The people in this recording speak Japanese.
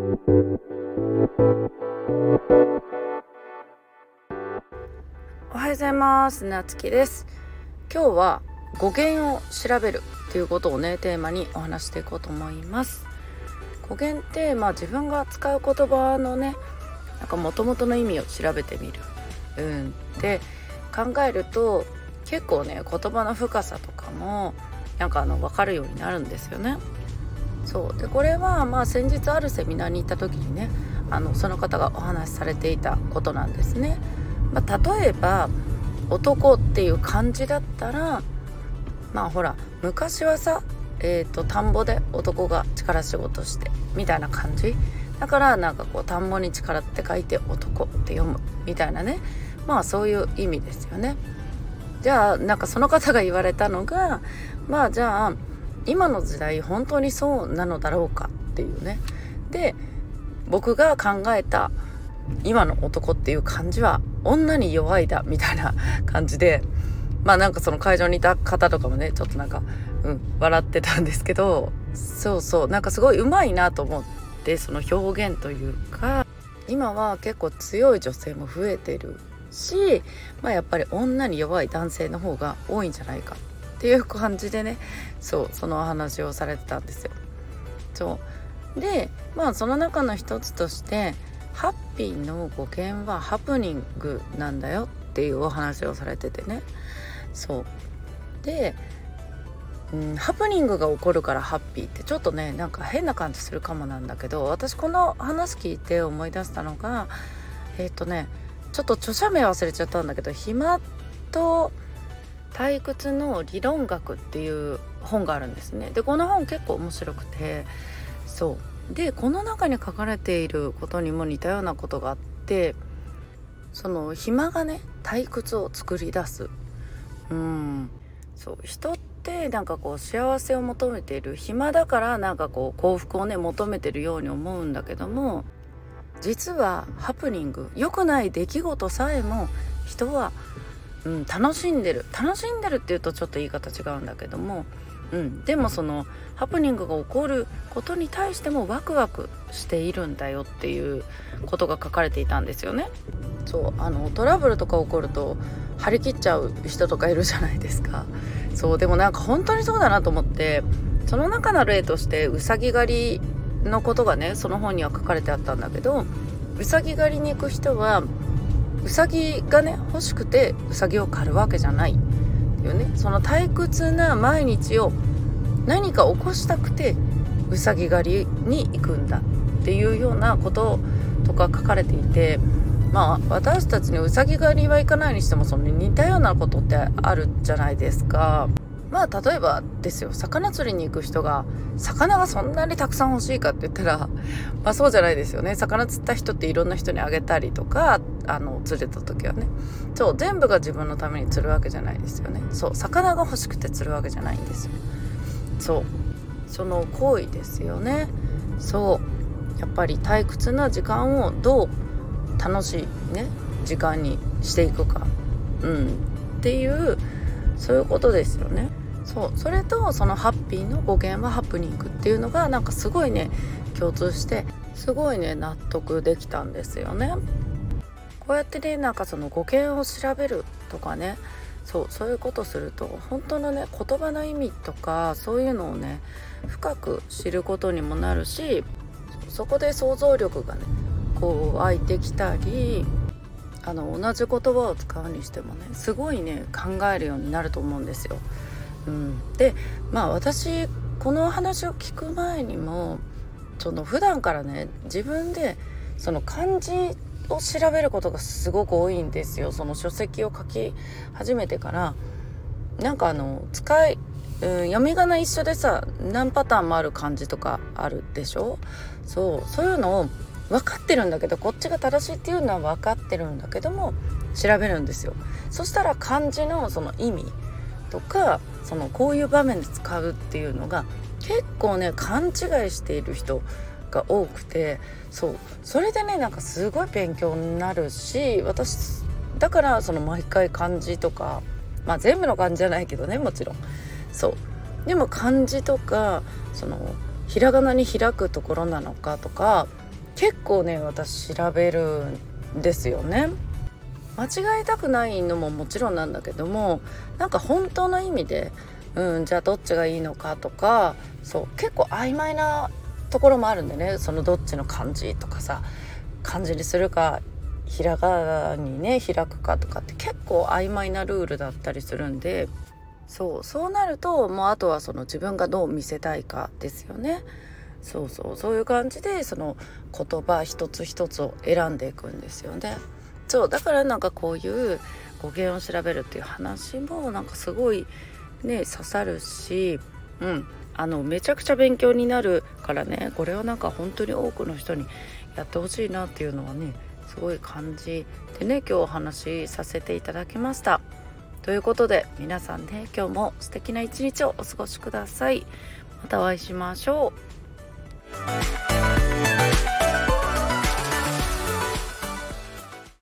おはようございます。なつきです。今日は語源を調べるっていうことをねテーマにお話していこうと思います。語源って自分が使う言葉のね元々の意味を調べてみる、で考えると結構ね言葉の深さとかも分かるようになるんですよね。そうでこれは先日あるセミナーに行った時にねその方がお話しされていたことなんですね。例えば男っていう漢字だったらほら昔はさ田んぼで男が力仕事してみたいな感じだから田んぼに力って書いて男って読むみたいなねそういう意味ですよね。じゃあその方が言われたのがじゃあ今の時代本当にそうなのだろうかっていうね。で僕が考えた今の男っていう漢字は女に弱いだみたいな感じでその会場にいた方とかもねちょっと笑ってたんですけど、そうすごいうまいなと思って、その表現というか今は結構強い女性も増えてるし、やっぱり女に弱い男性の方が多いんじゃないかっていう感じでねそのお話をされてたんですよ。そうでその中の一つとしてハッピーの語源はハプニングなんだよっていうお話をされててね。そうで、ハプニングが起こるからハッピーってちょっとね変な感じするかもなんだけど、私この話聞いて思い出したのがちょっと著者名忘れちゃったんだけど、暇と退屈の理論学っていう本があるんですね。でこの本結構面白くて、でこの中に書かれていることにも似たようなことがあって、その暇がね退屈を作り出す。人って幸せを求めている、暇だから幸福をね求めてるように思うんだけども、実はハプニング、良くない出来事さえも人は、楽しんでるっていうとちょっと言い方違うんだけども、でもそのハプニングが起こることに対してもワクワクしているんだよっていうことが書かれていたんですよね。トラブルとか起こると張り切っちゃう人とかいるじゃないですか。でも本当にそうだなと思って、その中の例としてうさぎ狩りのことがねその本には書かれてあったんだけど、うさぎ狩りに行く人はうさぎがね欲しくてうさぎを狩るわけじゃないっていうね、その退屈な毎日を何か起こしたくてうさぎ狩りに行くんだっていうようなこととか書かれていて、私たちにうさぎ狩りは行かないにしてもその似たようなことってあるじゃないですか。例えばですよ、魚釣りに行く人が魚がそんなにたくさん欲しいかって言ったらそうじゃないですよね。魚釣った人っていろんな人にあげたりとか釣れた時はね全部が自分のために釣るわけじゃないですよね。魚が欲しくて釣るわけじゃないんですよ。その行為ですよね。やっぱり退屈な時間をどう楽しいね時間にしていくか、っていうそういうことですよね。それとそのハッピーの語源はハプニングっていうのがすごいね共通してすごいね納得できたんですよね。こうやってねその語源を調べるとかねそういうことすると本当のね言葉の意味とかそういうのをね深く知ることにもなるし、そこで想像力がね湧いてきたり同じ言葉を使うにしてもねすごいね考えるようになると思うんですよ。で私この話を聞く前にも普段からね自分でその漢字を調べることがすごく多いんですよ。その書籍を書き始めてから読み仮名一緒でさ何パターンもある漢字とかあるでしょ。そういうのを分かってるんだけど、こっちが正しいっていうのは分かってるんだけども調べるんですよ。そしたら漢字のその意味とかこういう場面で使うっていうのが結構ね勘違いしている人が多くて、それでねすごい勉強になるし、私だから毎回漢字とか全部の漢字じゃないけどねもちろんでも漢字とかひらがなに開くところなのかとか結構ね私調べるんですよね。間違えたくないのももちろんなんだけども、なんか本当の意味で、じゃあどっちがいいのかとか、そう結構曖昧なところもあるんでね、そのどっちの漢字とかさ、漢字にするかひらがなにね開くかとかって結構曖昧なルールだったりするんで、そうなるともうあとはその自分がどう見せたいかですよね。そういう感じでその言葉一つ一つを選んでいくんですよね。そうだからなんかこういう語源を調べるっていう話もなんかすごいね刺さるし、めちゃくちゃ勉強になるからね、これはなんか本当に多くの人にやってほしいなっていうのはねすごい感じでね、今日お話しさせていただきました。ということで皆さんね、今日も素敵な一日をお過ごしください。またお会いしましょう。